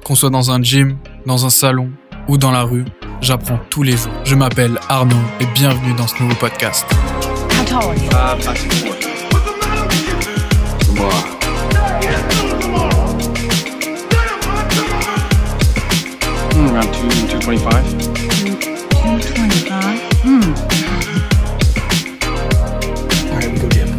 Qu'on soit dans un gym, dans un salon ou dans la rue, j'apprends tous les jours. Je m'appelle Arnaud et bienvenue dans ce nouveau podcast. How tall are you? 5'4". Moi. Around 225. 225. Alright, we go gym.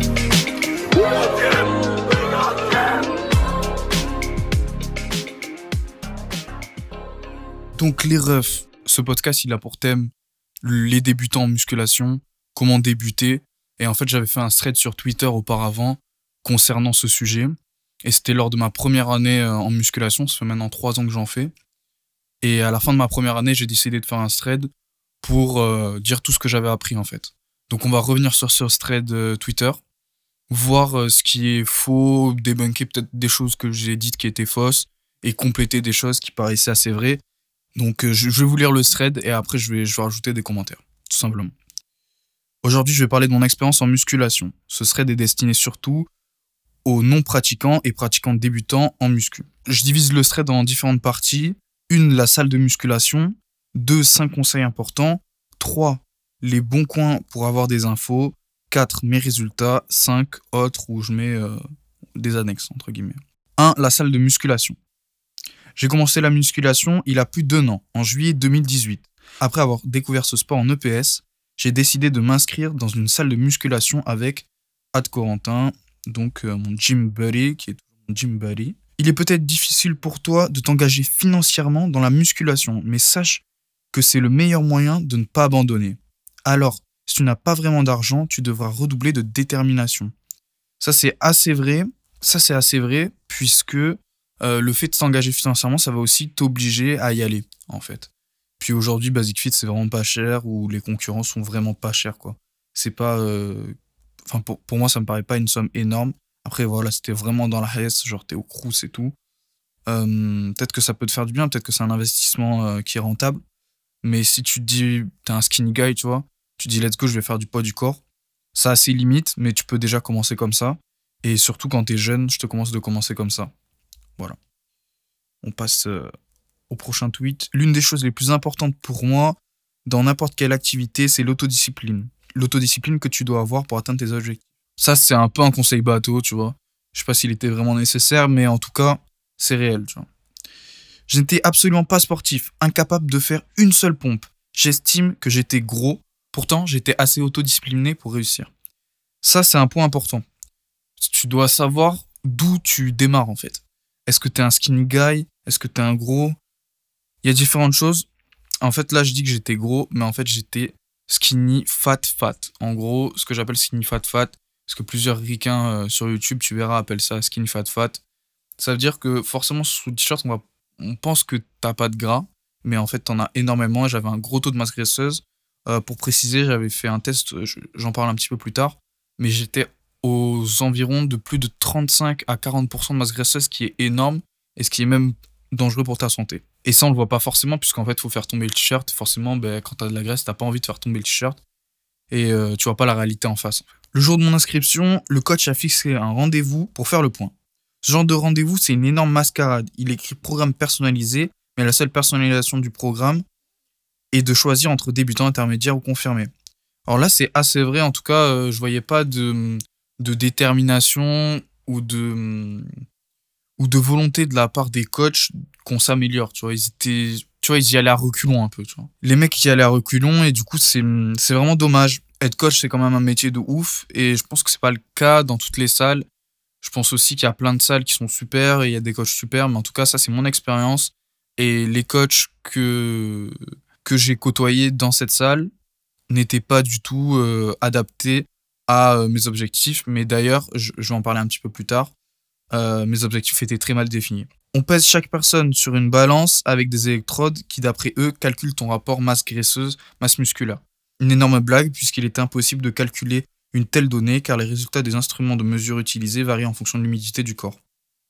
Donc les refs, ce podcast il a pour thème les débutants en musculation, comment débuter. Et en fait j'avais fait un thread sur Twitter auparavant concernant ce sujet. Et c'était lors de ma première année en musculation, ça fait maintenant 3 ans que j'en fais. Et à la fin de ma première année, j'ai décidé de faire un thread pour dire tout ce que j'avais appris en fait. Donc on va revenir sur ce thread Twitter, voir ce qui est faux, débunker peut-être des choses que j'ai dites qui étaient fausses et compléter des choses qui paraissaient assez vraies. Donc je vais vous lire le thread et après je vais rajouter des commentaires, tout simplement. Aujourd'hui, je vais parler de mon expérience en musculation. Ce thread est destiné surtout aux non-pratiquants et pratiquants débutants en muscu. Je divise le thread en différentes parties. 1, la salle de musculation. 2, 5 conseils importants. 3, les bons coins pour avoir des infos. 4, mes résultats. 5, autres où je mets des annexes, entre guillemets. 1, la salle de musculation. J'ai commencé la musculation il y a plus d'1 an, en juillet 2018. Après avoir découvert ce sport en EPS, j'ai décidé de m'inscrire dans une salle de musculation avec Ad Corentin, donc mon gym buddy, qui est mon gym buddy. Il est peut-être difficile pour toi de t'engager financièrement dans la musculation, mais sache que c'est le meilleur moyen de ne pas abandonner. Alors, si tu n'as pas vraiment d'argent, tu devras redoubler de détermination. Ça, c'est assez vrai, puisque le fait de s'engager financièrement, ça va aussi t'obliger à y aller, en fait. Puis aujourd'hui, Basic Fit, c'est vraiment pas cher, ou les concurrents sont vraiment pas chers, quoi. C'est pas... Enfin, pour moi, ça me paraît pas une somme énorme. Après, voilà, c'était vraiment dans la haisse, genre t'es au crous et tout. Peut-être que ça peut te faire du bien, peut-être que c'est un investissement qui est rentable. Mais si tu te dis, t'es un skinny guy, tu vois, tu te dis, let's go, je vais faire du poids du corps. Ça a ses limites, mais tu peux déjà commencer comme ça. Et surtout quand t'es jeune, je te conseille de commencer comme ça. Voilà. On passe au prochain tweet. L'une des choses les plus importantes pour moi, dans n'importe quelle activité, c'est l'autodiscipline. L'autodiscipline que tu dois avoir pour atteindre tes objectifs. Ça, c'est un peu un conseil bateau, tu vois. Je sais pas s'il était vraiment nécessaire, mais en tout cas, c'est réel, tu vois. Je n'étais absolument pas sportif, incapable de faire une seule pompe. J'estime que j'étais gros, pourtant j'étais assez autodiscipliné pour réussir. Ça, c'est un point important. Tu dois savoir d'où tu démarres, en fait. Est-ce que t'es un skinny guy? Est-ce que t'es un gros? Il y a différentes choses. En fait, là, je dis que j'étais gros, mais en fait, j'étais skinny fat. En gros, ce que j'appelle skinny fat, parce que plusieurs ricains sur YouTube, tu verras, appellent ça skinny fat. Ça veut dire que forcément, sous le t-shirt, on pense que t'as pas de gras, mais en fait, t'en as énormément. J'avais un gros taux de masse graisseuse. Pour préciser, j'avais fait un test, j'en parle un petit peu plus tard, mais j'étais aux environs de plus de 35 à 40% de masse graisseuse, ce qui est énorme et ce qui est même dangereux pour ta santé. Et ça, on le voit pas forcément, puisqu'en fait, il faut faire tomber le t-shirt. Forcément, quand t'as de la graisse, t'as pas envie de faire tomber le t-shirt et tu vois pas la réalité en face. Le jour de mon inscription, le coach a fixé un rendez-vous pour faire le point. Ce genre de rendez-vous, c'est une énorme mascarade. Il écrit programme personnalisé, mais la seule personnalisation du programme est de choisir entre débutant, intermédiaire ou confirmé. Alors là, c'est assez vrai. En tout cas, je voyais pas de détermination ou de volonté de la part des coachs qu'on s'améliore, tu vois. Ils y allaient à reculons un peu, tu vois. Les mecs y allaient à reculons et du coup, c'est vraiment dommage. Être coach, c'est quand même un métier de ouf et je pense que c'est pas le cas dans toutes les salles. Je pense aussi qu'il y a plein de salles qui sont super et il y a des coachs super, mais en tout cas, ça, c'est mon expérience. Et les coachs que j'ai côtoyés dans cette salle n'étaient pas du tout adaptés à mes objectifs. Mais d'ailleurs, je vais en parler un petit peu plus tard. Mes objectifs étaient très mal définis. On pèse chaque personne sur une balance avec des électrodes qui, d'après eux, calculent ton rapport masse graisseuse, masse musculaire. Une énorme blague puisqu'il est impossible de calculer une telle donnée car les résultats des instruments de mesure utilisés varient en fonction de l'humidité du corps.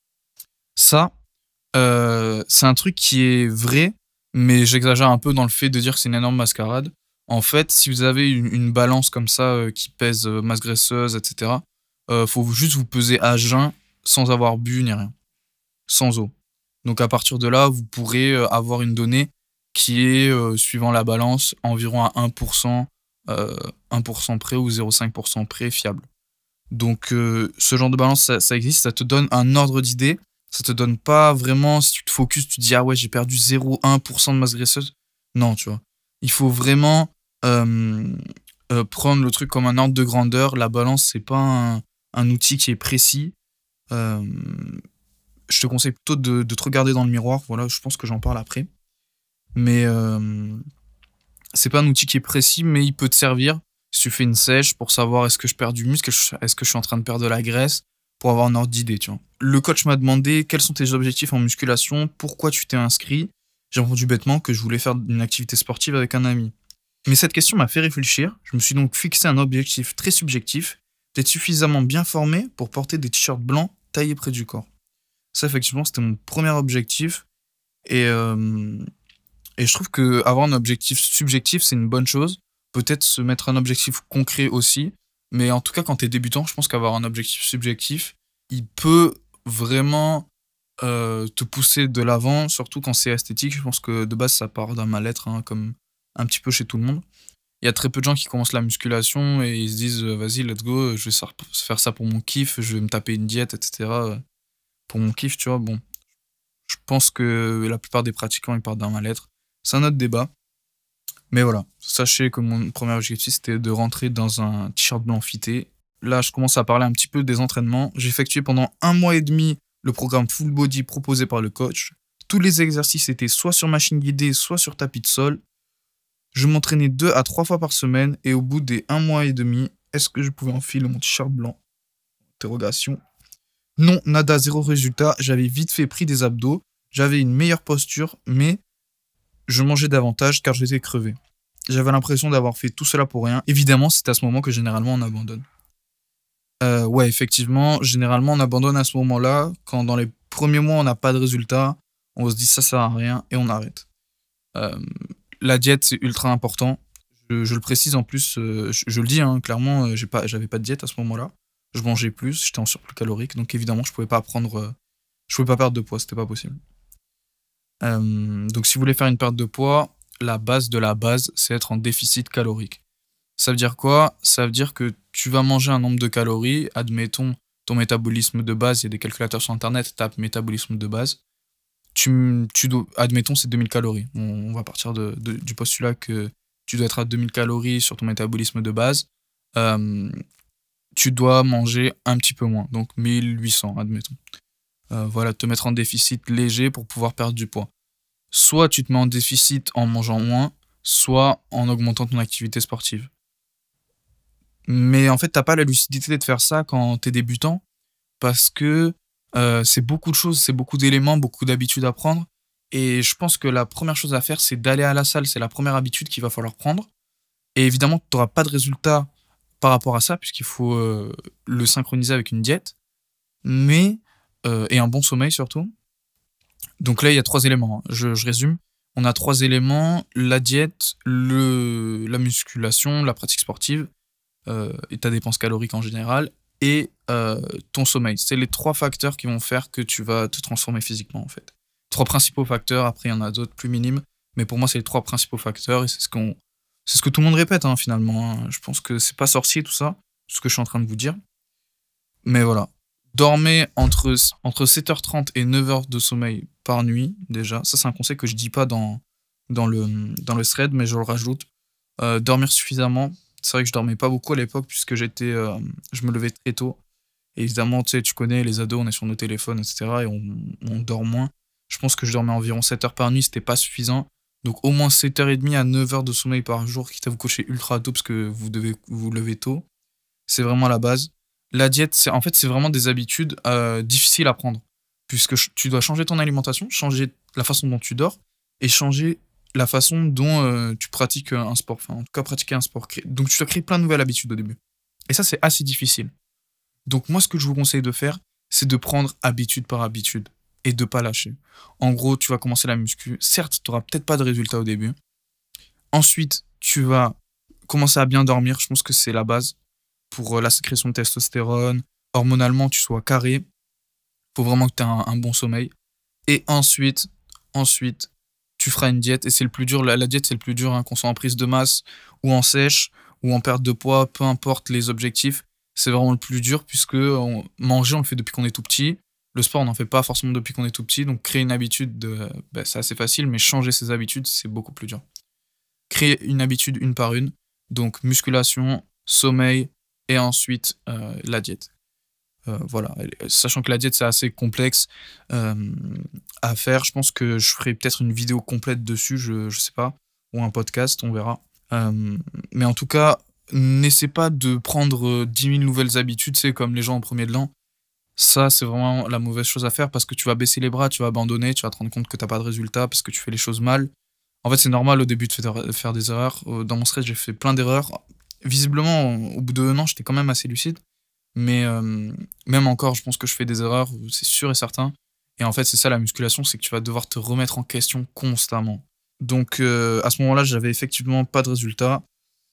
Ça, c'est un truc qui est vrai, mais j'exagère un peu dans le fait de dire que c'est une énorme mascarade. En fait, si vous avez une balance comme ça qui pèse masse graisseuse, etc., faut juste vous peser à jeun sans avoir bu ni rien. Sans eau. Donc à partir de là, vous pourrez avoir une donnée qui est, suivant la balance, environ à 1%, 1% près ou 0,5% près fiable. Donc ce genre de balance, ça existe, ça te donne un ordre d'idée. Ça te donne pas vraiment, si tu te focuses, tu te dis ah ouais, j'ai perdu 0,1% de masse graisseuse. Non, tu vois. Il faut vraiment prendre le truc comme un ordre de grandeur. La balance, c'est pas un outil qui est précis. Euh, je te conseille plutôt de te regarder dans le miroir. Voilà, je pense que j'en parle après. Mais c'est pas un outil qui est précis, mais il peut te servir si tu fais une sèche pour savoir est-ce que je perds du muscle, est-ce que je suis en train de perdre de la graisse, pour avoir un ordre d'idée, tu vois. Le coach m'a demandé quels sont tes objectifs en musculation, pourquoi tu t'es inscrit. J'ai répondu bêtement que je voulais faire une activité sportive avec un ami. Mais cette question m'a fait réfléchir. Je me suis donc fixé un objectif très subjectif, d'être suffisamment bien formé pour porter des t-shirts blancs taillés près du corps. Ça, effectivement, c'était mon premier objectif. Et je trouve que avoir un objectif subjectif, c'est une bonne chose. Peut-être se mettre un objectif concret aussi. Mais en tout cas, quand t'es débutant, je pense qu'avoir un objectif subjectif, il peut vraiment te pousser de l'avant, surtout quand c'est esthétique. Je pense que de base, ça part d'un mal-être, hein, comme un petit peu chez tout le monde. Il y a très peu de gens qui commencent la musculation et ils se disent vas-y, let's go, je vais faire ça pour mon kiff, je vais me taper une diète, etc. Pour mon kiff, tu vois. Bon, je pense que la plupart des pratiquants, ils partent d'un mal-être. C'est un autre débat. Mais voilà, sachez que mon premier objectif, c'était de rentrer dans un t-shirt blanc fité. Là, je commence à parler un petit peu des entraînements. J'ai effectué pendant 1 mois et demi le programme Full Body proposé par le coach. Tous les exercices étaient soit sur machine guidée, soit sur tapis de sol. Je m'entraînais 2 à 3 fois par semaine et au bout des 1 mois et demi, est-ce que je pouvais enfiler mon t-shirt blanc ? Interrogation. Non, nada, zéro résultat. J'avais vite fait pris des abdos. J'avais une meilleure posture, mais je mangeais davantage car j'étais crevé. J'avais l'impression d'avoir fait tout cela pour rien. Évidemment, c'est à ce moment que généralement on abandonne. Ouais, effectivement, généralement on abandonne à ce moment-là. Quand dans les premiers mois on n'a pas de résultat, on se dit ça sert à rien et on arrête. La diète, c'est ultra important. Je le précise en plus, je le dis hein, clairement, j'avais pas de diète à ce moment-là. Je mangeais plus, j'étais en surplus calorique, donc évidemment je pouvais pas perdre de poids, c'était pas possible. Donc si vous voulez faire une perte de poids, la base de la base, c'est être en déficit calorique. Ça veut dire quoi ? Ça veut dire que tu vas manger un nombre de calories, admettons ton métabolisme de base, il y a des calculateurs sur internet, tape métabolisme de base, admettons c'est 2000 calories. On va partir du postulat que tu dois être à 2000 calories sur ton métabolisme de base. Tu dois manger un petit peu moins, donc 1800 admettons. Voilà, te mettre en déficit léger pour pouvoir perdre du poids. Soit tu te mets en déficit en mangeant moins, soit en augmentant ton activité sportive. Mais en fait, t'as pas la lucidité de faire ça quand t'es débutant, parce que c'est beaucoup de choses, c'est beaucoup d'éléments, beaucoup d'habitudes à prendre. Et je pense que la première chose à faire, c'est d'aller à la salle. C'est la première habitude qu'il va falloir prendre. Et évidemment, tu n'auras pas de résultat par rapport à ça, puisqu'il faut le synchroniser avec une diète, et un bon sommeil surtout. Donc là, il y a 3 éléments. Je résume. On a 3 éléments, la diète, la musculation, la pratique sportive, et ta dépense calorique en général, et ton sommeil. C'est les 3 facteurs qui vont faire que tu vas te transformer physiquement, en fait. 3 principaux facteurs, après il y en a d'autres plus minimes, mais pour moi, c'est les 3 principaux facteurs, et c'est ce que tout le monde répète, hein, finalement. Hein. Je pense que c'est pas sorcier, tout ça, tout ce que je suis en train de vous dire. Mais voilà. Dormez entre 7h30 et 9h de sommeil par nuit, déjà. Ça, c'est un conseil que je dis pas dans le thread, mais je le rajoute. Dormir suffisamment. C'est vrai que je dormais pas beaucoup à l'époque, puisque je me levais très tôt. Et évidemment, tu connais, les ados, on est sur nos téléphones, etc. Et on dort moins. Je pense que je dormais environ 7 heures par nuit, c'était pas suffisant. Donc au moins 7h30 à 9h de sommeil par jour, quitte à vous coucher ultra tôt parce que vous devez vous lever tôt. C'est vraiment la base. La diète, c'est vraiment des habitudes difficiles à prendre. Puisque tu dois changer ton alimentation, changer la façon dont tu dors et changer la façon dont tu pratiques un sport. Enfin, en tout cas, pratiquer un sport. Donc tu dois créer plein de nouvelles habitudes au début. Et ça, c'est assez difficile. Donc moi, ce que je vous conseille de faire, c'est de prendre habitude par habitude et de pas lâcher. En gros, tu vas commencer la muscu. Certes, tu n'auras peut-être pas de résultat au début. Ensuite, tu vas commencer à bien dormir. Je pense que c'est la base pour la sécrétion de testostérone. Hormonalement, tu sois carré. Il faut vraiment que tu aies un bon sommeil. Et ensuite, tu feras une diète. Et c'est le plus dur. La diète, c'est le plus dur, hein, qu'on soit en prise de masse ou en sèche ou en perte de poids, peu importe les objectifs. C'est vraiment le plus dur puisque manger, on le fait depuis qu'on est tout petit. Le sport, on n'en fait pas forcément depuis qu'on est tout petit. Donc, créer une habitude, c'est assez facile, mais changer ses habitudes, c'est beaucoup plus dur. Créer une habitude une par une. Donc, musculation, sommeil et ensuite la diète. Voilà, sachant que la diète c'est assez complexe à faire, je pense que je ferai peut-être une vidéo complète dessus, je sais pas, ou un podcast, on verra. Mais en tout cas, n'essaie pas de prendre 10 000 nouvelles habitudes, c'est comme les gens au premier de l'an. Ça, c'est vraiment la mauvaise chose à faire parce que tu vas baisser les bras, tu vas abandonner, tu vas te rendre compte que t'as pas de résultat parce que tu fais les choses mal. En fait, c'est normal au début de faire des erreurs. Dans mon stress, j'ai fait plein d'erreurs. Visiblement, au bout de 1 an, j'étais quand même assez lucide. Mais même encore, je pense que je fais des erreurs, c'est sûr et certain. Et en fait, c'est ça la musculation, c'est que tu vas devoir te remettre en question constamment. Donc à ce moment-là, j'avais effectivement pas de résultat.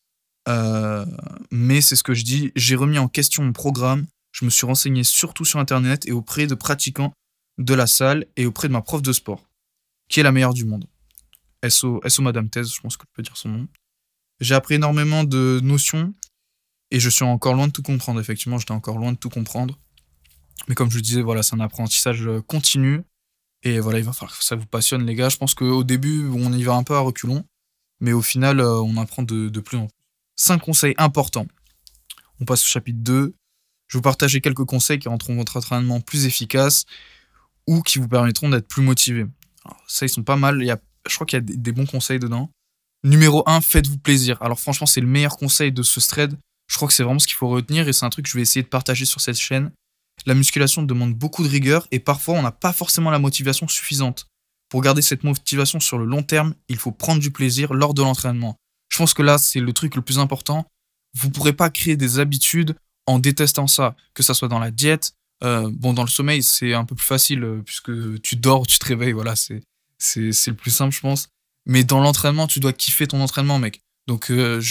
Mais c'est ce que je dis, j'ai remis en question mon programme. Je me suis renseigné surtout sur Internet et auprès de pratiquants de la salle et auprès de ma prof de sport, qui est la meilleure du monde. SO Madame Thèse, je pense que je peux dire son nom. J'ai appris énormément de notions et je suis encore loin de tout comprendre. Effectivement, j'étais encore loin de tout comprendre. Mais comme je le disais, voilà, c'est un apprentissage continu. Et voilà, il va falloir que ça vous passionne, les gars. Je pense qu'au début, on y va un peu à reculons. Mais au final, on apprend de plus en plus. 5 conseils importants. On passe au chapitre 2. Je vais vous partager quelques conseils qui rendront votre entraînement plus efficace ou qui vous permettront d'être plus motivé. Alors, ça, ils sont pas mal. Je crois qu'il y a des bons conseils dedans. Numéro 1, faites-vous plaisir. Alors franchement, c'est le meilleur conseil de ce thread. Je crois que c'est vraiment ce qu'il faut retenir et c'est un truc que je vais essayer de partager sur cette chaîne. La musculation demande beaucoup de rigueur et parfois on n'a pas forcément la motivation suffisante. Pour garder cette motivation sur le long terme, il faut prendre du plaisir lors de l'entraînement. Je pense que là, c'est le truc le plus important. Vous ne pourrez pas créer des habitudes en détestant ça, que ça soit dans la diète. Dans le sommeil, c'est un peu plus facile puisque tu dors, tu te réveilles, voilà, c'est le plus simple, je pense. Mais dans l'entraînement, tu dois kiffer ton entraînement, mec. Donc,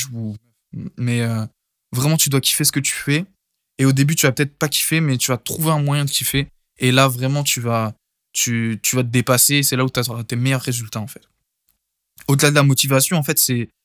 vraiment, tu dois kiffer ce que tu fais. Et au début, tu vas peut-être pas kiffer, mais tu vas trouver un moyen de kiffer. Et là, vraiment, tu vas te dépasser. C'est là où tu auras tes meilleurs résultats, en fait. Au-delà de la motivation, en fait,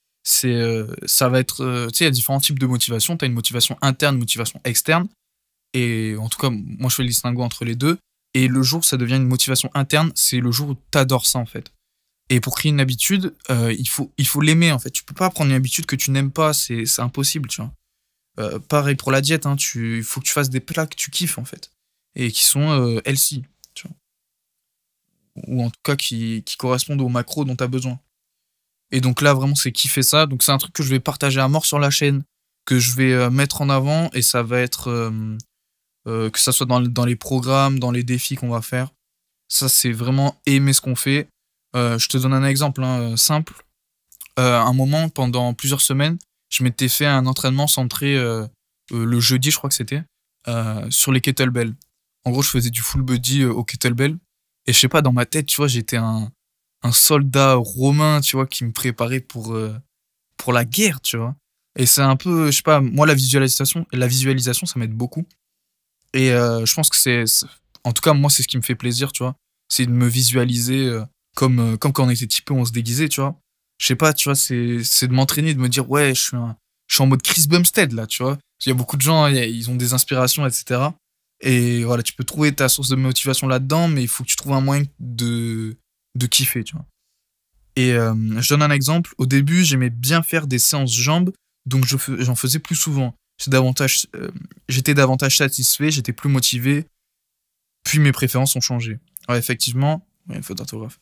ça va être... tu sais, il y a différents types de motivation. Tu as une motivation interne, une motivation externe. Et en tout cas, moi, je fais le distinguo entre les deux. Et le jour où ça devient une motivation interne, c'est le jour où tu adores ça, en fait. Et pour créer une habitude, il faut l'aimer, en fait. Tu peux pas prendre une habitude que tu n'aimes pas, c'est impossible, tu vois. Pareil pour la diète, hein, il faut que tu fasses des plats que tu kiffes, en fait. Et qui sont healthy, tu vois. Ou en tout cas qui correspondent aux macros dont tu as besoin. Et donc là, vraiment, c'est kiffer ça. Donc c'est un truc que je vais partager à mort sur la chaîne, que je vais mettre en avant, et ça va être... que ça soit dans les programmes, dans les défis qu'on va faire. Ça, c'est vraiment aimer ce qu'on fait. Je te donne un exemple simple. Un moment, pendant plusieurs semaines, je m'étais fait un entraînement centré le jeudi, je crois que c'était, sur les kettlebells. En gros, je faisais du full body au kettlebell. Et je sais pas, dans ma tête, tu vois, j'étais un soldat romain, tu vois, qui me préparait pour la guerre, tu vois. Et c'est un peu, je sais pas, moi, la visualisation, ça m'aide beaucoup. Et je pense que en tout cas, moi, c'est ce qui me fait plaisir, tu vois. C'est de me visualiser comme quand on était petit peu, on se déguisait, tu vois. Je sais pas, tu vois, c'est de m'entraîner, de me dire, ouais, je suis en mode Chris Bumstead, là, tu vois. Il y a beaucoup de gens, ils ont des inspirations, etc. Et voilà, tu peux trouver ta source de motivation là-dedans, mais il faut que tu trouves un moyen de kiffer, tu vois. Et je donne un exemple. Au début, j'aimais bien faire des séances jambes, donc j'en faisais plus souvent. J'étais davantage satisfait, j'étais plus motivé, puis mes préférences ont changé. Ouais, effectivement, une faute d'orthographe.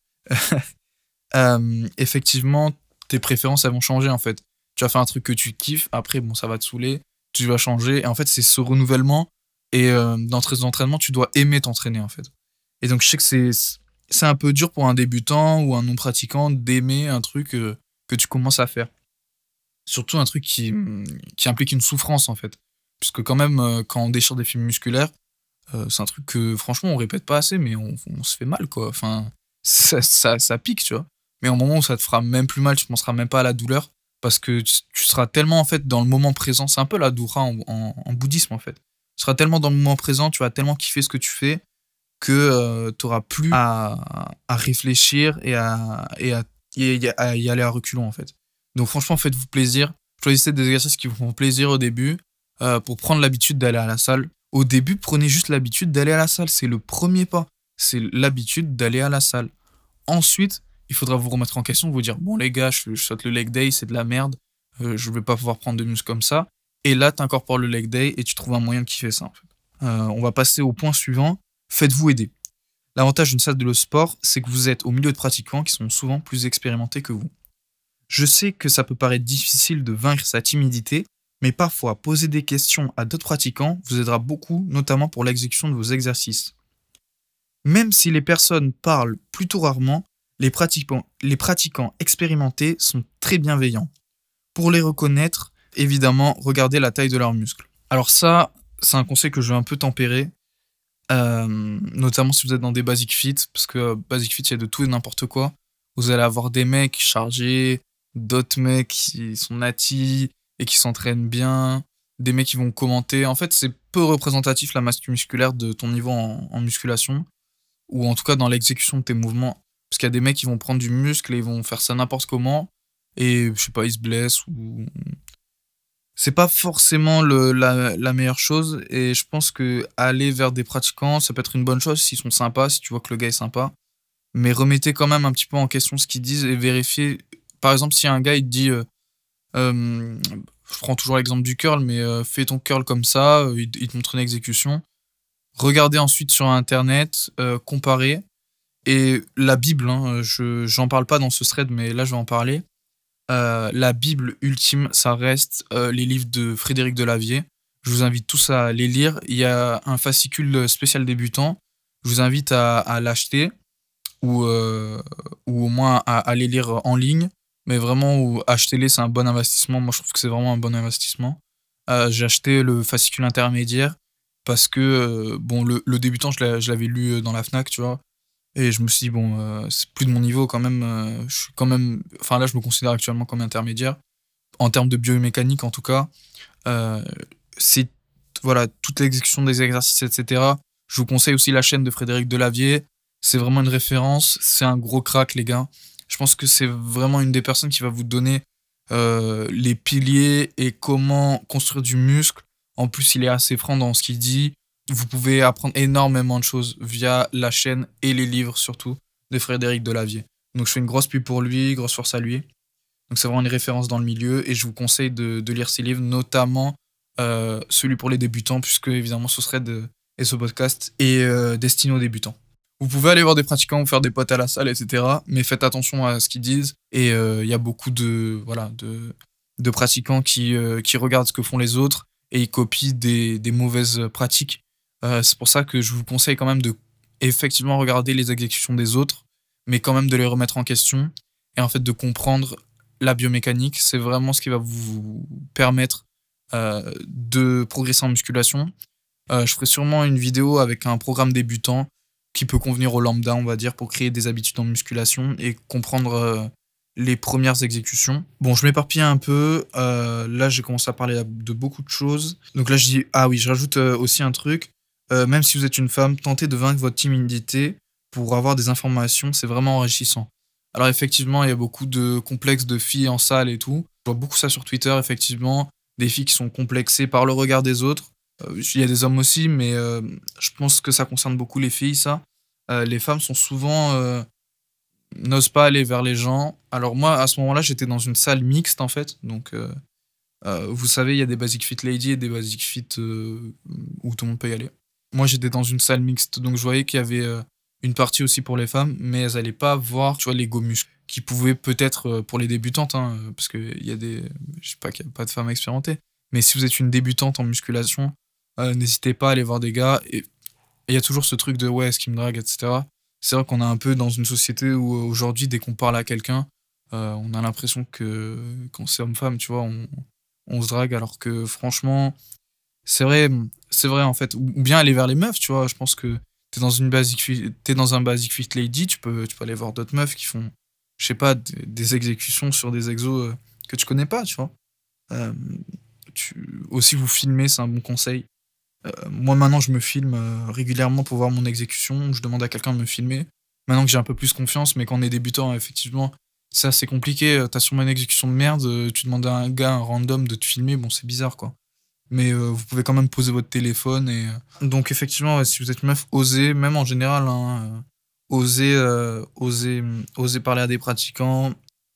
Effectivement, tes préférences elles vont changer en fait. Tu vas faire un truc que tu kiffes, après bon ça va te saouler, tu vas changer, et en fait c'est ce renouvellement, et dans tes entraînements tu dois aimer t'entraîner en fait. Et donc je sais que c'est un peu dur pour un débutant ou un non pratiquant d'aimer un truc que tu commences à faire. Surtout un truc qui implique une souffrance en fait. Puisque quand même, quand on déchire des fibres musculaires, c'est un truc que franchement on répète pas assez, mais on se fait mal quoi. Enfin, ça pique, tu vois. Mais au moment où ça te fera même plus mal, tu penseras même pas à la douleur, parce que tu seras tellement en fait dans le moment présent. C'est un peu la doura en bouddhisme en fait. Tu seras tellement dans le moment présent, tu vas tellement kiffer ce que tu fais, que tu n'auras plus à réfléchir et à y aller à reculons, en fait. Donc franchement, faites-vous plaisir. Choisissez des exercices qui vous font plaisir au début pour prendre l'habitude d'aller à la salle. Au début, prenez juste l'habitude d'aller à la salle. C'est le premier pas. C'est l'habitude d'aller à la salle. Ensuite, il faudra vous remettre en question, vous dire bon les gars, je saute le leg day, c'est de la merde, je vais pas pouvoir prendre de muscles comme ça. Et là, tu incorpores le leg day et tu trouves un moyen de kiffer ça, en fait. On va passer au point suivant. Faites-vous aider. L'avantage d'une salle de sport, c'est que vous êtes au milieu de pratiquants qui sont souvent plus expérimentés que vous. Je sais que ça peut paraître difficile de vaincre sa timidité, mais parfois poser des questions à d'autres pratiquants vous aidera beaucoup, notamment pour l'exécution de vos exercices. Même si les personnes parlent plutôt rarement, les pratiquants expérimentés sont très bienveillants. Pour les reconnaître, évidemment, regardez la taille de leurs muscles. Alors ça, c'est un conseil que je vais un peu tempérer, notamment si vous êtes dans des basic fit, parce que basic fit, il y a de tout et n'importe quoi. Vous allez avoir des mecs chargés, d'autres mecs qui sont natis et qui s'entraînent bien, des mecs qui vont commenter. En fait, c'est peu représentatif la masse musculaire de ton niveau en musculation, ou en tout cas dans l'exécution de tes mouvements. Parce qu'il y a des mecs qui vont prendre du muscle et ils vont faire ça n'importe comment, et je sais pas, ils se blessent, ou c'est pas forcément la meilleure chose. Et je pense que aller vers des pratiquants, ça peut être une bonne chose s'ils sont sympas, si tu vois que le gars est sympa. Mais remettez quand même un petit peu en question ce qu'ils disent et vérifiez. Par exemple, si un gars il te dit, je prends toujours l'exemple du curl, mais fais ton curl comme ça, il te montre une exécution. Regardez ensuite sur internet, comparez. Et la Bible, hein, j'en parle pas dans ce thread, mais là je vais en parler. La Bible ultime, ça reste les livres de Frédéric Delavier. Je vous invite tous à les lire. Il y a un fascicule spécial débutant. Je vous invite à l'acheter ou au moins à les lire en ligne. Mais vraiment, achetez-les, c'est un bon investissement. Moi, je trouve que c'est vraiment un bon investissement. J'ai acheté le fascicule intermédiaire parce que, bon, le débutant, je l'avais lu dans la Fnac, tu vois. Et je me suis dit, bon, c'est plus de mon niveau quand même. Je suis quand même. Enfin, là, je me considère actuellement comme intermédiaire. En termes de biomécanique, en tout cas. C'est. Voilà, toute l'exécution des exercices, etc. Je vous conseille aussi la chaîne de Frédéric Delavier. C'est vraiment une référence. C'est un gros crack, les gars. Je pense que c'est vraiment une des personnes qui va vous donner les piliers et comment construire du muscle. En plus, il est assez franc dans ce qu'il dit. Vous pouvez apprendre énormément de choses via la chaîne et les livres surtout de Frédéric Delavier. Donc je fais une grosse pub pour lui, grosse force à lui. Donc c'est vraiment une référence dans le milieu et je vous conseille de lire ses livres, notamment celui pour les débutants, puisque évidemment ce thread et ce podcast est destiné aux débutants. Vous pouvez aller voir des pratiquants ou faire des potes à la salle, etc. Mais faites attention à ce qu'ils disent. Et il y a beaucoup de pratiquants qui regardent ce que font les autres et ils copient des mauvaises pratiques. C'est pour ça que je vous conseille quand même de effectivement regarder les exécutions des autres, mais quand même de les remettre en question et en fait de comprendre la biomécanique. C'est vraiment ce qui va vous permettre de progresser en musculation. Je ferai sûrement une vidéo avec un programme débutant qui peut convenir au lambda, on va dire, pour créer des habitudes en musculation et comprendre les premières exécutions. Bon, je m'éparpille un peu. Là, j'ai commencé à parler de beaucoup de choses. Donc là, je dis, ah oui, je rajoute aussi un truc. Même si vous êtes une femme, tentez de vaincre votre timidité pour avoir des informations, c'est vraiment enrichissant. Alors effectivement, il y a beaucoup de complexes de filles en salle et tout. Je vois beaucoup ça sur Twitter, effectivement. Des filles qui sont complexées par le regard des autres. Il y a des hommes aussi, mais je pense que ça concerne beaucoup les filles, ça. Les femmes sont souvent... n'osent pas aller vers les gens. Alors moi, à ce moment-là, j'étais dans une salle mixte, en fait. Donc, vous savez, il y a des Basic Fit Lady et des Basic Fit où tout le monde peut y aller. Moi, j'étais dans une salle mixte, donc je voyais qu'il y avait une partie aussi pour les femmes, mais elles n'allaient pas voir, tu vois, les go muscles, qui pouvaient peut-être pour les débutantes, hein, parce qu'il y a des... Je sais pas qu'il n'y a pas de femmes expérimentées, mais si vous êtes une débutante en musculation, n'hésitez pas à aller voir des gars. Et il y a toujours ce truc de ouais, est-ce qu'il me drague, etc. C'est vrai qu'on est un peu dans une société où aujourd'hui, dès qu'on parle à quelqu'un, on a l'impression que quand c'est homme-femme, tu vois, on se drague, alors que franchement, c'est vrai en fait. Ou bien aller vers les meufs, tu vois. Je pense que t'es dans un basic fit lady, tu peux aller voir d'autres meufs qui font, je sais pas, des exécutions sur des exos que tu connais pas, tu vois. Aussi vous filmer, c'est un bon conseil. Moi, maintenant, je me filme régulièrement pour voir mon exécution. Je demande à quelqu'un de me filmer. Maintenant que j'ai un peu plus confiance, mais quand on est débutant, effectivement, c'est assez compliqué. T'as sûrement une exécution de merde, tu demandes à un gars, un random, de te filmer. Bon, c'est bizarre, quoi. Mais vous pouvez quand même poser votre téléphone. Donc, effectivement, ouais, si vous êtes meuf, osez, même en général, hein, osez parler à des pratiquants,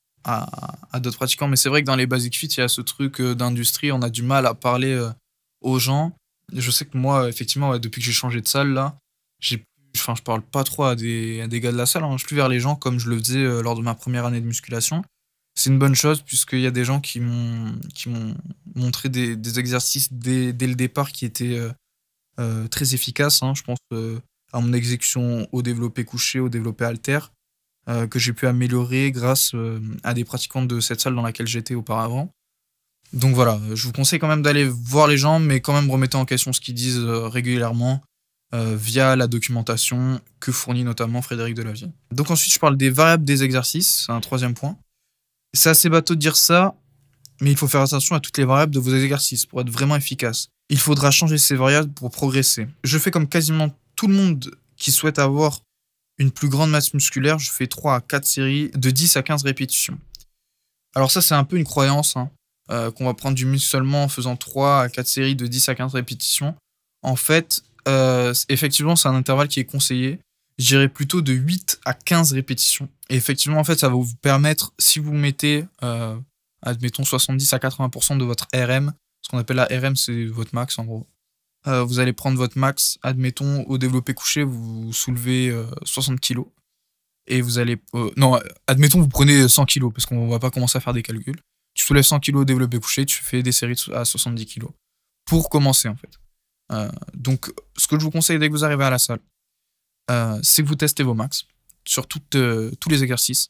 à d'autres pratiquants. Mais c'est vrai que dans les Basic Fit, il y a ce truc d'industrie. On a du mal à parler aux gens. Je sais que moi, effectivement, ouais, depuis que j'ai changé de salle, là, je parle pas trop à des gars de la salle. Hein. Je suis plus vers les gens comme je le faisais lors de ma première année de musculation. C'est une bonne chose puisqu'il y a des gens qui m'ont montré des exercices dès le départ qui étaient très efficaces. Hein. Je pense à mon exécution au développé couché, au développé halter, que j'ai pu améliorer grâce à des pratiquants de cette salle dans laquelle j'étais auparavant. Donc voilà, je vous conseille quand même d'aller voir les gens, mais quand même remettez en question ce qu'ils disent régulièrement via la documentation que fournit notamment Frédéric Delavier. Donc ensuite, je parle des variables des exercices, c'est un troisième point. C'est assez bateau de dire ça, mais il faut faire attention à toutes les variables de vos exercices pour être vraiment efficace. Il faudra changer ces variables pour progresser. Je fais comme quasiment tout le monde qui souhaite avoir une plus grande masse musculaire, je fais 3 à 4 séries de 10 à 15 répétitions. Alors ça, c'est un peu une croyance, hein, qu'on va prendre du muscle seulement en faisant 3 à 4 séries de 10 à 15 répétitions. En fait, effectivement, c'est un intervalle qui est conseillé. Je dirais plutôt de 8 à 15 répétitions. Et effectivement, en fait, ça va vous permettre, si vous mettez, admettons, 70 à 80% de votre RM, ce qu'on appelle la RM, c'est votre max en gros. Vous allez prendre votre max, admettons, au développé couché, vous soulevez 60 kg. Et vous allez... non, admettons, vous prenez 100 kg, parce qu'on va pas commencer à faire des calculs. Tu soulèves 100 kg au développé couché, tu fais des séries à 70 kg. Pour commencer, en fait. Donc, ce que je vous conseille dès que vous arrivez à la salle, c'est que vous testez vos max sur tous les exercices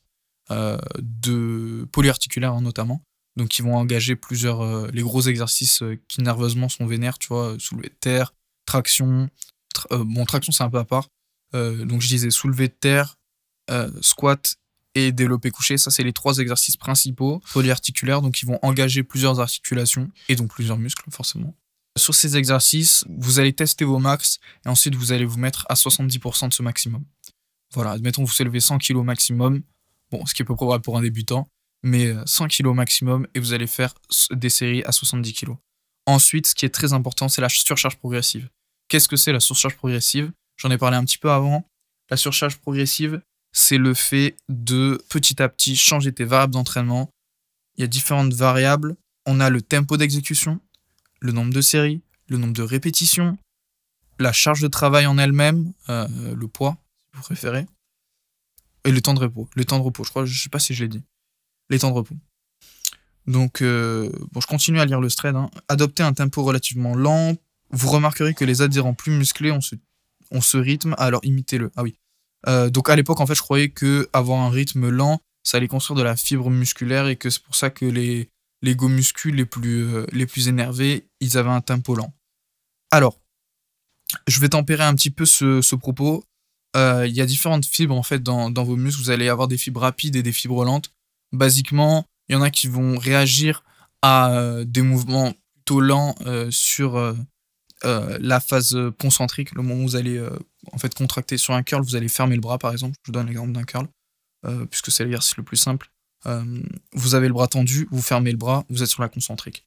de polyarticulaires, hein, notamment. Donc, ils vont engager les gros exercices qui nerveusement sont vénères, tu vois, soulevé de terre, traction. Traction, c'est un peu à part. Donc, je disais soulevé de terre, squat et développé couché. Ça, c'est les 3 exercices principaux polyarticulaires. Donc, ils vont engager plusieurs articulations et donc plusieurs muscles, forcément. Sur ces exercices, vous allez tester vos max et ensuite vous allez vous mettre à 70% de ce maximum. Voilà, admettons vous soulevez 100 kg maximum, bon, ce qui est peu probable pour un débutant, mais 100 kg maximum et vous allez faire des séries à 70 kg. Ensuite, ce qui est très important, c'est la surcharge progressive. Qu'est-ce que c'est la surcharge progressive ? J'en ai parlé un petit peu avant. La surcharge progressive, c'est le fait de petit à petit changer tes variables d'entraînement. Il y a différentes variables. On a le tempo d'exécution, le nombre de séries, le nombre de répétitions, la charge de travail en elle-même, le poids, si vous préférez, et le temps de repos. Le temps de repos, je sais pas si je l'ai dit. Les temps de repos. Donc, je continue à lire le thread. Hein. Adoptez un tempo relativement lent. Vous remarquerez que les adhérents plus musclés ont ce rythme, alors imitez-le. Ah oui. Donc à l'époque, en fait, je croyais que avoir un rythme lent, ça allait construire de la fibre musculaire et que c'est pour ça que les go muscles les plus énervés, ils avaient un tempo lent. Alors, je vais tempérer un petit peu ce propos. Il y a différentes fibres en fait dans vos muscles. Vous allez avoir des fibres rapides et des fibres lentes. Basiquement, il y en a qui vont réagir à des mouvements plutôt lents sur la phase concentrique, le moment où vous allez en fait contracter sur un curl, vous allez fermer le bras par exemple. Je vous donne l'exemple d'un curl, puisque c'est l'exercice le plus simple. Vous avez le bras tendu, vous fermez le bras, vous êtes sur la concentrique.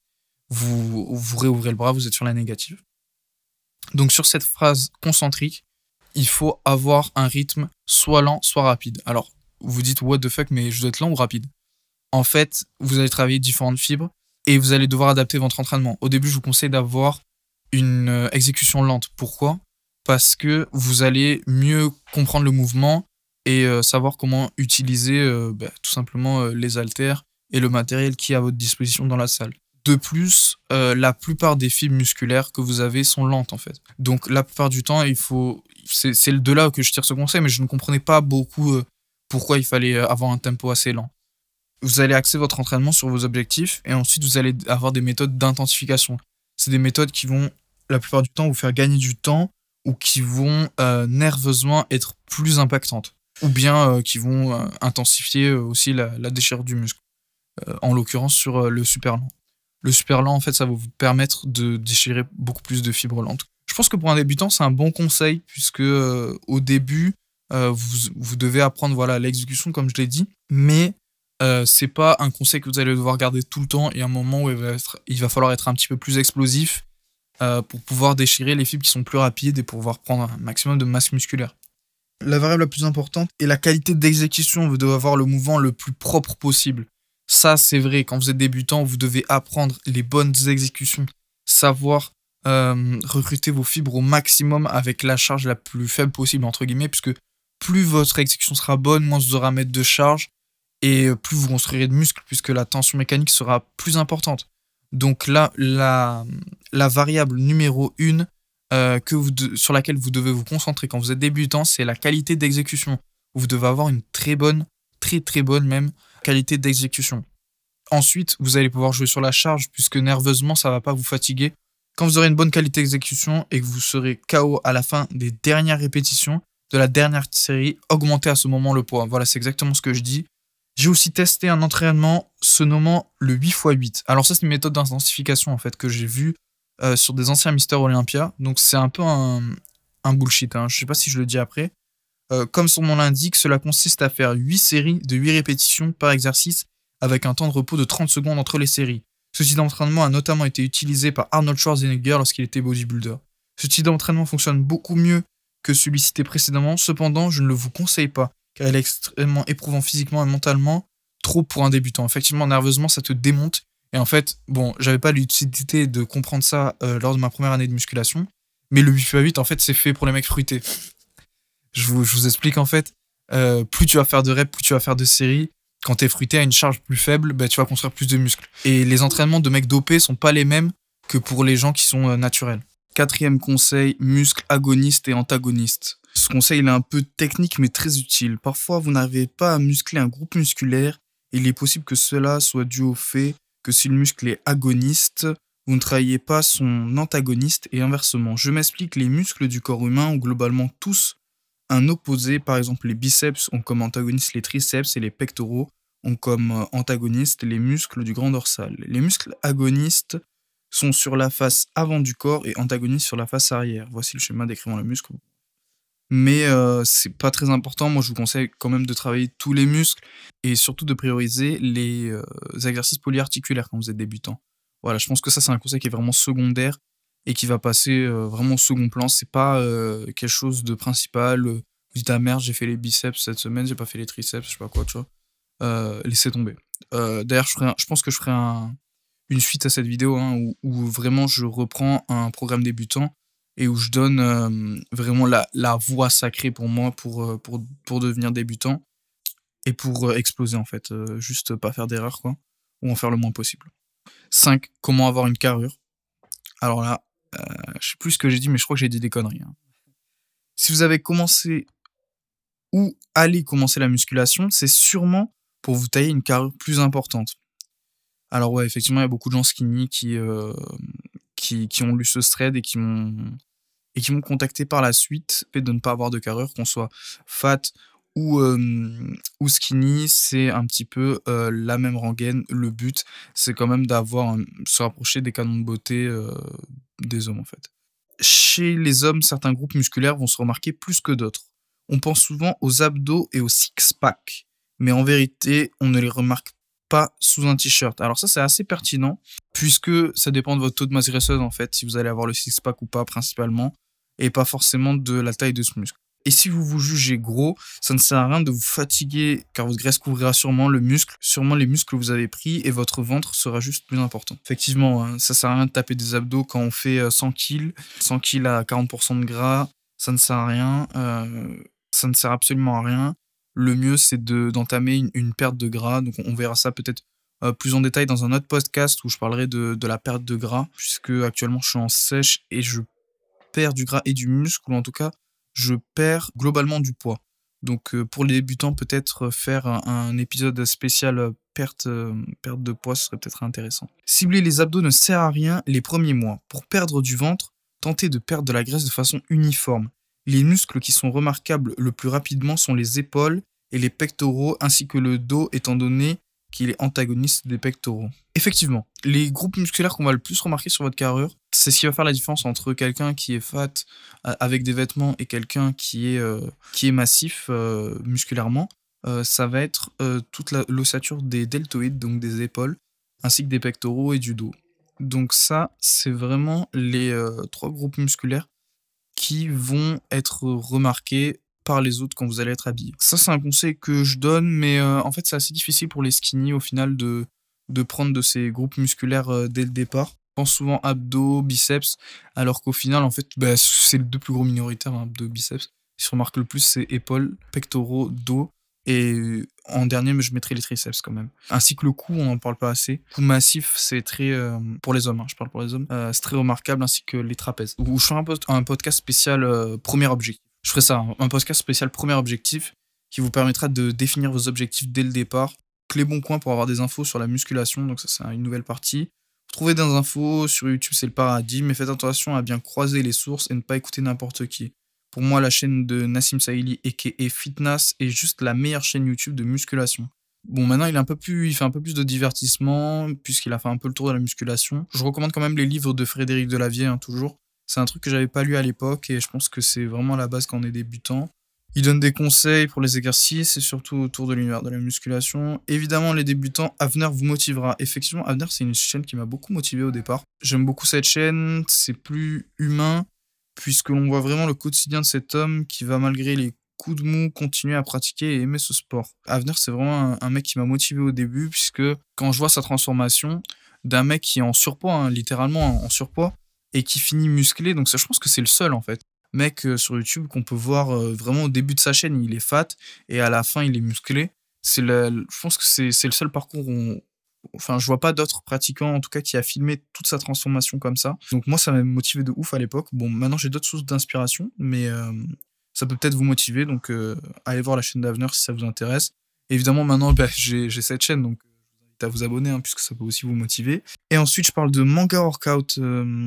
Vous réouvrez le bras, vous êtes sur la négative. Donc sur cette phase concentrique, il faut avoir un rythme soit lent, soit rapide. Alors, vous vous dites, what the fuck, mais je dois être lent ou rapide ? En fait, vous allez travailler différentes fibres et vous allez devoir adapter votre entraînement. Au début, je vous conseille d'avoir une exécution lente. Pourquoi ? Parce que vous allez mieux comprendre le mouvement et savoir comment utiliser tout simplement les haltères et le matériel qui est à votre disposition dans la salle. De plus, la plupart des fibres musculaires que vous avez sont lentes en fait. Donc la plupart du temps, c'est de là que je tire ce conseil, mais je ne comprenais pas beaucoup pourquoi il fallait avoir un tempo assez lent. Vous allez axer votre entraînement sur vos objectifs et ensuite vous allez avoir des méthodes d'intensification. C'est des méthodes qui vont la plupart du temps vous faire gagner du temps ou qui vont nerveusement être plus impactantes ou bien qui vont intensifier aussi la déchirure du muscle. En l'occurrence sur le super lent. Le super lent, en fait, ça va vous permettre de déchirer beaucoup plus de fibres lentes. Je pense que pour un débutant, c'est un bon conseil, puisque au début, vous devez apprendre voilà, l'exécution, comme je l'ai dit, mais c'est pas un conseil que vous allez devoir garder tout le temps, et à un moment où il va falloir être un petit peu plus explosif pour pouvoir déchirer les fibres qui sont plus rapides et pour pouvoir prendre un maximum de masse musculaire. La variable la plus importante est la qualité d'exécution. Vous devez avoir le mouvement le plus propre possible. Ça, c'est vrai. Quand vous êtes débutant, vous devez apprendre les bonnes exécutions. Savoir recruter vos fibres au maximum avec la charge la plus faible possible, entre guillemets, puisque plus votre exécution sera bonne, moins vous aurez à mettre de charge et plus vous construirez de muscles, puisque la tension mécanique sera plus importante. Donc là, la variable numéro 1 sur laquelle vous devez vous concentrer quand vous êtes débutant, c'est la qualité d'exécution. Vous devez avoir une très bonne même qualité d'exécution. Ensuite, vous allez pouvoir jouer sur la charge puisque nerveusement, ça ne va pas vous fatiguer. Quand vous aurez une bonne qualité d'exécution et que vous serez KO à la fin des dernières répétitions de la dernière série, augmentez à ce moment le poids. Voilà, c'est exactement ce que je dis. J'ai aussi testé un entraînement se nommant le 8x8. Alors ça, c'est une méthode d'intensification en fait que j'ai vue sur des anciens Mister Olympia. Donc c'est un peu un bullshit. Je ne sais pas si je le dis après. Comme son nom l'indique, cela consiste à faire 8 séries de 8 répétitions par exercice avec un temps de repos de 30 secondes entre les séries. Ce type d'entraînement a notamment été utilisé par Arnold Schwarzenegger lorsqu'il était bodybuilder. Ce type d'entraînement fonctionne beaucoup mieux que celui cité précédemment, cependant je ne le vous conseille pas car il est extrêmement éprouvant physiquement et mentalement, trop pour un débutant. Effectivement, nerveusement, ça te démonte. Et en fait, bon, j'avais pas l'utilité de comprendre ça lors de ma première année de musculation, mais le 8x8, en fait, c'est fait pour les mecs fruités. Je vous explique, en fait, plus tu vas faire de reps, plus tu vas faire de séries. Quand t'es fruité à une charge plus faible, tu vas construire plus de muscles. Et les entraînements de mecs dopés sont pas les mêmes que pour les gens qui sont naturels. 4e conseil, muscles agonistes et antagonistes. Ce conseil il est un peu technique mais très utile. Parfois, vous n'arrivez pas à muscler un groupe musculaire et il est possible que cela soit dû au fait que si le muscle est agoniste, vous ne travaillez pas son antagoniste et inversement. Je m'explique, les muscles du corps humain ont globalement tous un opposé. Par exemple, les biceps ont comme antagoniste les triceps et les pectoraux ont comme antagoniste les muscles du grand dorsal. Les muscles agonistes sont sur la face avant du corps et antagonistes sur la face arrière. Voici le schéma décrivant le muscle. Mais c'est pas très important. Moi, je vous conseille quand même de travailler tous les muscles et surtout de prioriser les exercices polyarticulaires quand vous êtes débutant. Voilà, je pense que ça, c'est un conseil qui est vraiment secondaire et qui va passer vraiment au second plan. C'est pas quelque chose de principal. Vous dites, ah merde, j'ai fait les biceps cette semaine, j'ai pas fait les triceps, je sais pas quoi, tu vois. Laissez tomber. D'ailleurs, je pense que je ferai une suite à cette vidéo où vraiment je reprends un programme débutant et où je donne vraiment la voie sacrée pour moi pour devenir débutant et pour exploser en fait. Juste pas faire d'erreur quoi, ou en faire le moins possible. 5. Comment avoir une carrure. Alors là, je sais plus ce que j'ai dit, mais je crois que j'ai dit des conneries. Si vous avez commencé ou allez commencer la musculation, c'est sûrement pour vous tailler une carrure plus importante. Alors ouais, effectivement, il y a beaucoup de gens skinny qui ont lu ce thread et qui m'ont contacté par la suite, fait de ne pas avoir de carrure, qu'on soit fat ou skinny, c'est un petit peu la même rengaine. Le but, c'est quand même se rapprocher des canons de beauté des hommes en fait. Chez les hommes, certains groupes musculaires vont se remarquer plus que d'autres. On pense souvent aux abdos et au six-pack, mais en vérité, on ne les remarque pas sous un t-shirt. Alors ça, c'est assez pertinent, puisque ça dépend de votre taux de masse graisseuse, en fait, si vous allez avoir le six-pack ou pas, principalement, et pas forcément de la taille de ce muscle. Et si vous vous jugez gros, ça ne sert à rien de vous fatiguer, car votre graisse couvrira sûrement les muscles que vous avez pris, et votre ventre sera juste plus important. Effectivement, ça sert à rien de taper des abdos quand on fait 100 kg à 40% de gras, ça ne sert à rien, ça ne sert absolument à rien. Le mieux, c'est d'entamer une perte de gras. Donc, on verra ça peut-être plus en détail dans un autre podcast où je parlerai de la perte de gras, puisque actuellement, je suis en sèche et je perds du gras et du muscle, ou en tout cas, je perds globalement du poids. Donc, pour les débutants, peut-être faire un épisode spécial perte de poids, ce serait peut-être intéressant. Cibler les abdos ne sert à rien les premiers mois. Pour perdre du ventre, tentez de perdre de la graisse de façon uniforme. Les muscles qui sont remarquables le plus rapidement sont les épaules et les pectoraux, ainsi que le dos, étant donné qu'il est antagoniste des pectoraux. Effectivement, les groupes musculaires qu'on va le plus remarquer sur votre carrure, C'est ce qui va faire la différence entre quelqu'un qui est fat avec des vêtements et quelqu'un qui est massif musculairement. Ça va être toute l'ossature des deltoïdes, donc des épaules, ainsi que des pectoraux et du dos. Donc ça, c'est vraiment les 3 groupes musculaires qui vont être remarqués par les autres quand vous allez être habillé. Ça, c'est un conseil que je donne, mais en fait, c'est assez difficile pour les skinny au final de prendre de ces groupes musculaires dès le départ. Je pense souvent abdos, biceps, alors qu'au final, en fait, c'est les 2 plus gros minoritaires, hein, abdos, biceps. Ce qui se remarque le plus, c'est épaules, pectoraux, dos. Et en dernier, je mettrai les triceps quand même. Ainsi que le cou, on n'en parle pas assez. Cou massif, c'est très... pour les hommes, hein, je parle pour les hommes. C'est très remarquable, ainsi que les trapèzes. Ou je ferai un podcast spécial premier objectif. Je ferai ça, un podcast spécial premier objectif qui vous permettra de définir vos objectifs dès le départ. Les bons coins pour avoir des infos sur la musculation, donc ça c'est une nouvelle partie. Trouvez des infos sur YouTube, c'est le paradis, mais faites attention à bien croiser les sources et ne pas écouter n'importe qui. Pour moi, la chaîne de Nassim Saïli aka Fitness est juste la meilleure chaîne YouTube de musculation. Bon, maintenant, il fait un peu plus de divertissement, puisqu'il a fait un peu le tour de la musculation. Je recommande quand même les livres de Frédéric Delavier, hein, toujours. C'est un truc que j'avais pas lu à l'époque, et je pense que c'est vraiment la base quand on est débutant. Il donne des conseils pour les exercices, et surtout autour de l'univers de la musculation. Évidemment, les débutants, Avenir vous motivera. Effectivement, Avenir, c'est une chaîne qui m'a beaucoup motivé au départ. J'aime beaucoup cette chaîne, c'est plus humain, puisque l'on voit vraiment le quotidien de cet homme qui va, malgré les coups de mou, continuer à pratiquer et aimer ce sport. Avenir, c'est vraiment un mec qui m'a motivé au début, puisque quand je vois sa transformation d'un mec qui est en surpoids, hein, littéralement en surpoids, et qui finit musclé, donc ça, je pense que c'est le seul en fait. Mec sur YouTube qu'on peut voir vraiment au début de sa chaîne, il est fat, et à la fin, il est musclé. Je pense que c'est le seul parcours où enfin, je vois pas d'autres pratiquants, en tout cas, qui a filmé toute sa transformation comme ça. Donc moi, ça m'a motivé de ouf à l'époque. Bon, maintenant, j'ai d'autres sources d'inspiration, mais ça peut peut-être vous motiver. Donc, allez voir la chaîne d'Avenir si ça vous intéresse. Évidemment, maintenant, j'ai cette chaîne, donc je vous invite à vous abonner, hein, puisque ça peut aussi vous motiver. Et ensuite, je parle de manga workout.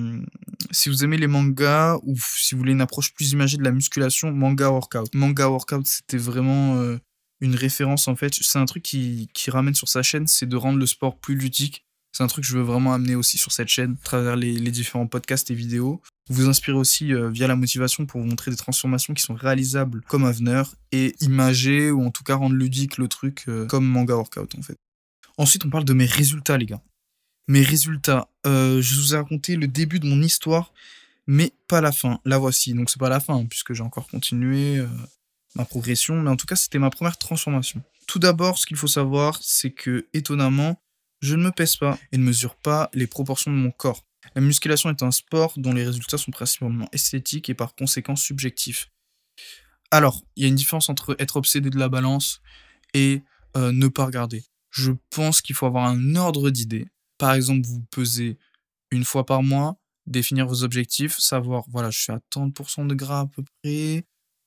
Si vous aimez les mangas, ou si vous voulez une approche plus imagée de la musculation, manga workout. Manga workout, c'était vraiment... une référence en fait, c'est un truc qui ramène sur sa chaîne, c'est de rendre le sport plus ludique. C'est un truc que je veux vraiment amener aussi sur cette chaîne, à travers les différents podcasts et vidéos. Vous inspirer aussi via la motivation pour vous montrer des transformations qui sont réalisables comme Avenir et imager ou en tout cas rendre ludique le truc comme manga workout en fait. Ensuite, on parle de mes résultats, les gars. Mes résultats, je vous ai raconté le début de mon histoire, mais pas la fin. La voici, donc c'est pas la fin, hein, puisque j'ai encore continué... ma progression, mais en tout cas, c'était ma première transformation. Tout d'abord, ce qu'il faut savoir, c'est que, étonnamment, je ne me pèse pas et ne mesure pas les proportions de mon corps. La musculation est un sport dont les résultats sont principalement esthétiques et par conséquent subjectifs. Alors, il y a une différence entre être obsédé de la balance et ne pas regarder. Je pense qu'il faut avoir un ordre d'idées. Par exemple, vous pesez une fois par mois, définir vos objectifs, savoir, voilà, je suis à 30% de gras à peu près,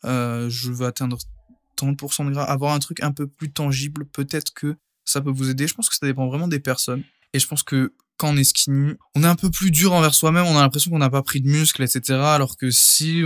je veux atteindre 30% de gras, avoir un truc un peu plus tangible, peut-être que ça peut vous aider. Je pense que ça dépend vraiment des personnes. Et je pense que quand on est skinny, on est un peu plus dur envers soi-même, on a l'impression qu'on n'a pas pris de muscles, etc. Alors que si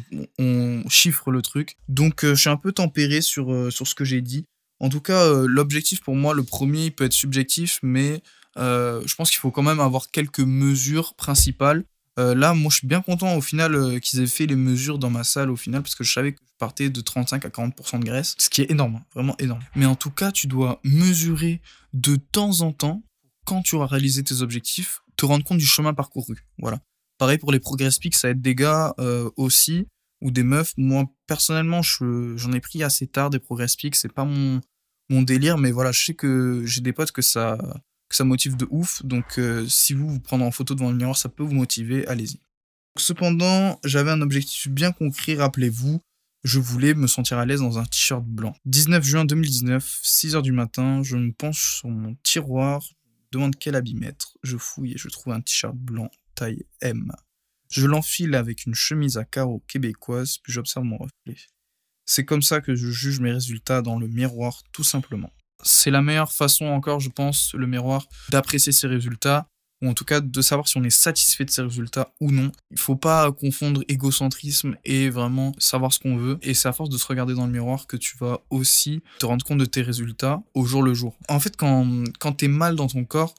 on chiffre le truc. Donc je suis un peu tempéré sur ce que j'ai dit. En tout cas, l'objectif pour moi, le premier, il peut être subjectif, mais je pense qu'il faut quand même avoir quelques mesures principales. Là, moi, je suis bien content au final qu'ils aient fait les mesures dans ma salle au final, parce que je savais que je partais de 35 à 40% de graisse, ce qui est énorme, hein, vraiment énorme. Mais en tout cas, tu dois mesurer de temps en temps, quand tu auras réalisé tes objectifs, te rendre compte du chemin parcouru. Voilà. Pareil pour les progress pics, ça aide des gars aussi, ou des meufs. Moi, personnellement, j'en ai pris assez tard des progress pics, c'est pas mon délire, mais voilà, je sais que j'ai des potes que ça motive de ouf, donc si vous prendre en photo devant le miroir, ça peut vous motiver, allez-y. Cependant, j'avais un objectif bien concret, rappelez-vous, je voulais me sentir à l'aise dans un t-shirt blanc. 19 juin 2019, 6h du matin, je me penche sur mon tiroir, je me demande quel habit mettre, je fouille et je trouve un t-shirt blanc, taille M. Je l'enfile avec une chemise à carreaux québécoise, puis j'observe mon reflet. C'est comme ça que je juge mes résultats dans le miroir, tout simplement. C'est la meilleure façon encore, je pense, le miroir, d'apprécier ses résultats, ou en tout cas de savoir si on est satisfait de ses résultats ou non. Il faut pas confondre égocentrisme et vraiment savoir ce qu'on veut. Et c'est à force de se regarder dans le miroir que tu vas aussi te rendre compte de tes résultats au jour le jour. En fait, quand t'es mal dans ton corps,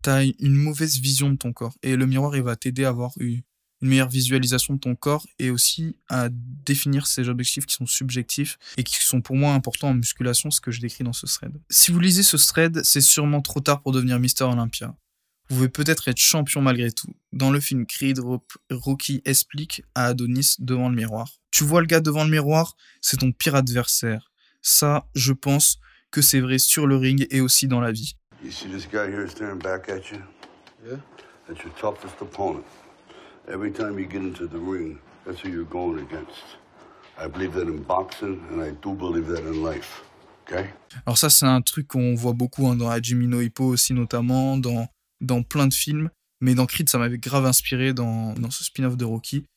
t'as une mauvaise vision de ton corps. Et le miroir, il va t'aider à avoir une meilleure visualisation de ton corps et aussi à définir ces objectifs qui sont subjectifs et qui sont pour moi importants en musculation, ce que je décris dans ce thread. Si vous lisez ce thread, c'est sûrement trop tard pour devenir Mister Olympia. Vous pouvez peut-être être champion malgré tout. Dans le film Creed, Rocky explique à Adonis devant le miroir. Tu vois le gars devant le miroir, c'est ton pire adversaire. Ça, je pense que c'est vrai sur le ring et aussi dans la vie. You see this guy here staring back at you? Yeah. That's your toughest opponent. Every time you get into the ring, that's who you're going against. I believe that in boxing, and I do believe that in life. Okay? Alors ça, c'est un truc qu'on voit beaucoup dans Hajime no Ippo aussi, notamment, dans plein de films. Mais dans Creed, ça m'avait grave inspiré dans ce spin-off de Rocky.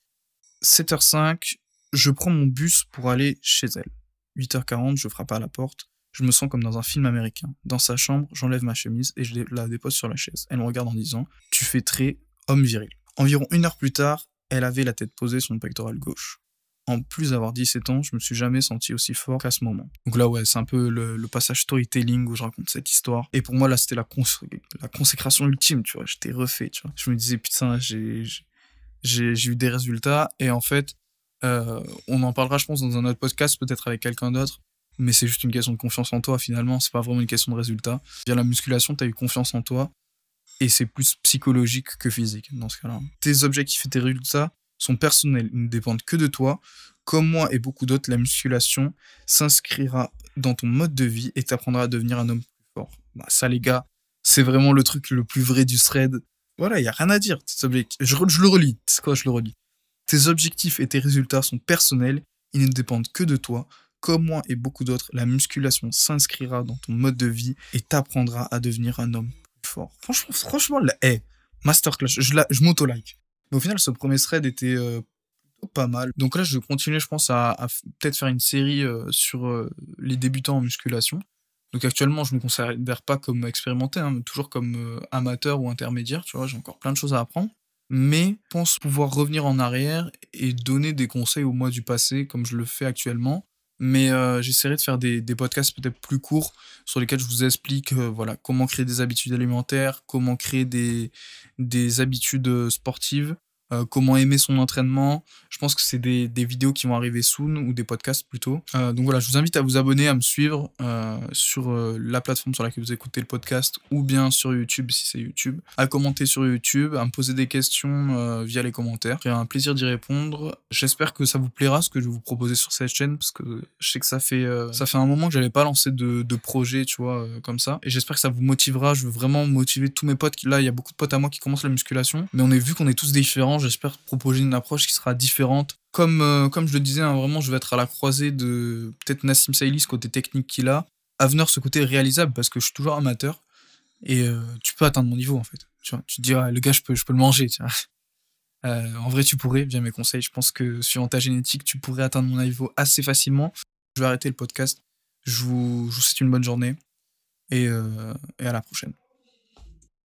7h05, je prends mon bus pour aller chez elle. 8h40, je frappe à la porte. Je me sens comme dans un film américain. Dans sa chambre, j'enlève ma chemise et je la dépose sur la chaise. Elle me regarde en disant « Tu fais très homme viril ». Environ 1 heure plus tard, elle avait la tête posée sur mon pectoral gauche. En plus d'avoir 17 ans, je me suis jamais senti aussi fort qu'à ce moment. Donc là, ouais, c'est un peu le passage storytelling où je raconte cette histoire. Et pour moi, là, c'était la consécration ultime, tu vois. J'étais refait, tu vois. Je me disais, putain, j'ai eu des résultats. Et en fait, on en parlera, je pense, dans un autre podcast, peut-être avec quelqu'un d'autre. Mais c'est juste une question de confiance en toi, finalement. C'est pas vraiment une question de résultat. Via la musculation, t'as eu confiance en toi. Et c'est plus psychologique que physique, dans ce cas-là. Tes objectifs et tes résultats sont personnels, ils ne dépendent que de toi. Comme moi et beaucoup d'autres, la musculation s'inscrira dans ton mode de vie et t'apprendra à devenir un homme plus fort. Bah, ça, les gars, c'est vraiment le truc le plus vrai du thread. Voilà, il n'y a rien à dire. Tes objectifs. Je le relis. C'est quoi, je le relis. Tes objectifs et tes résultats sont personnels, ils ne dépendent que de toi. Comme moi et beaucoup d'autres, la musculation s'inscrira dans ton mode de vie et t'apprendra à devenir un homme plus fort. Franchement, masterclass, je m'auto-like. Mais au final, ce premier thread était plutôt pas mal. Donc là, je vais continuer, je pense, à peut-être faire une série sur les débutants en musculation. Donc actuellement, je ne me considère pas comme expérimenté, mais toujours comme amateur ou intermédiaire, tu vois, j'ai encore plein de choses à apprendre. Mais je pense pouvoir revenir en arrière et donner des conseils au moi du passé, comme je le fais actuellement. Mais j'essaierai de faire des podcasts peut-être plus courts sur lesquels je vous explique voilà, comment créer des habitudes alimentaires, comment créer des habitudes sportives, comment aimer son entraînement. Je pense que c'est des vidéos qui vont arriver soon, ou des podcasts plutôt. Donc voilà, je vous invite à vous abonner, à me suivre sur la plateforme sur laquelle vous écoutez le podcast, ou bien sur YouTube si c'est YouTube, à commenter sur YouTube, à me poser des questions via les commentaires. J'ai un plaisir d'y répondre. J'espère que ça vous plaira ce que je vais vous proposer sur cette chaîne, parce que je sais que ça fait un moment que j'avais pas lancé de projet, tu vois, comme ça. Et j'espère que ça vous motivera. Je veux vraiment motiver tous mes potes. Là, il y a beaucoup de potes à moi qui commencent la musculation, mais on est vu qu'on est tous différents. J'espère proposer une approche qui sera différente. Comme je le disais, hein, vraiment, je vais être à la croisée de peut-être Nassim Saïli, ce côté technique qu'il a, Avenir, ce côté réalisable, parce que je suis toujours amateur et tu peux atteindre mon niveau en fait. Tu vois, tu te dis, ah, le gars, je peux le manger. Tu vois. En vrai, tu pourrais, via mes conseils. Je pense que suivant ta génétique, tu pourrais atteindre mon niveau assez facilement. Je vais arrêter le podcast. Je vous souhaite une bonne journée et à la prochaine.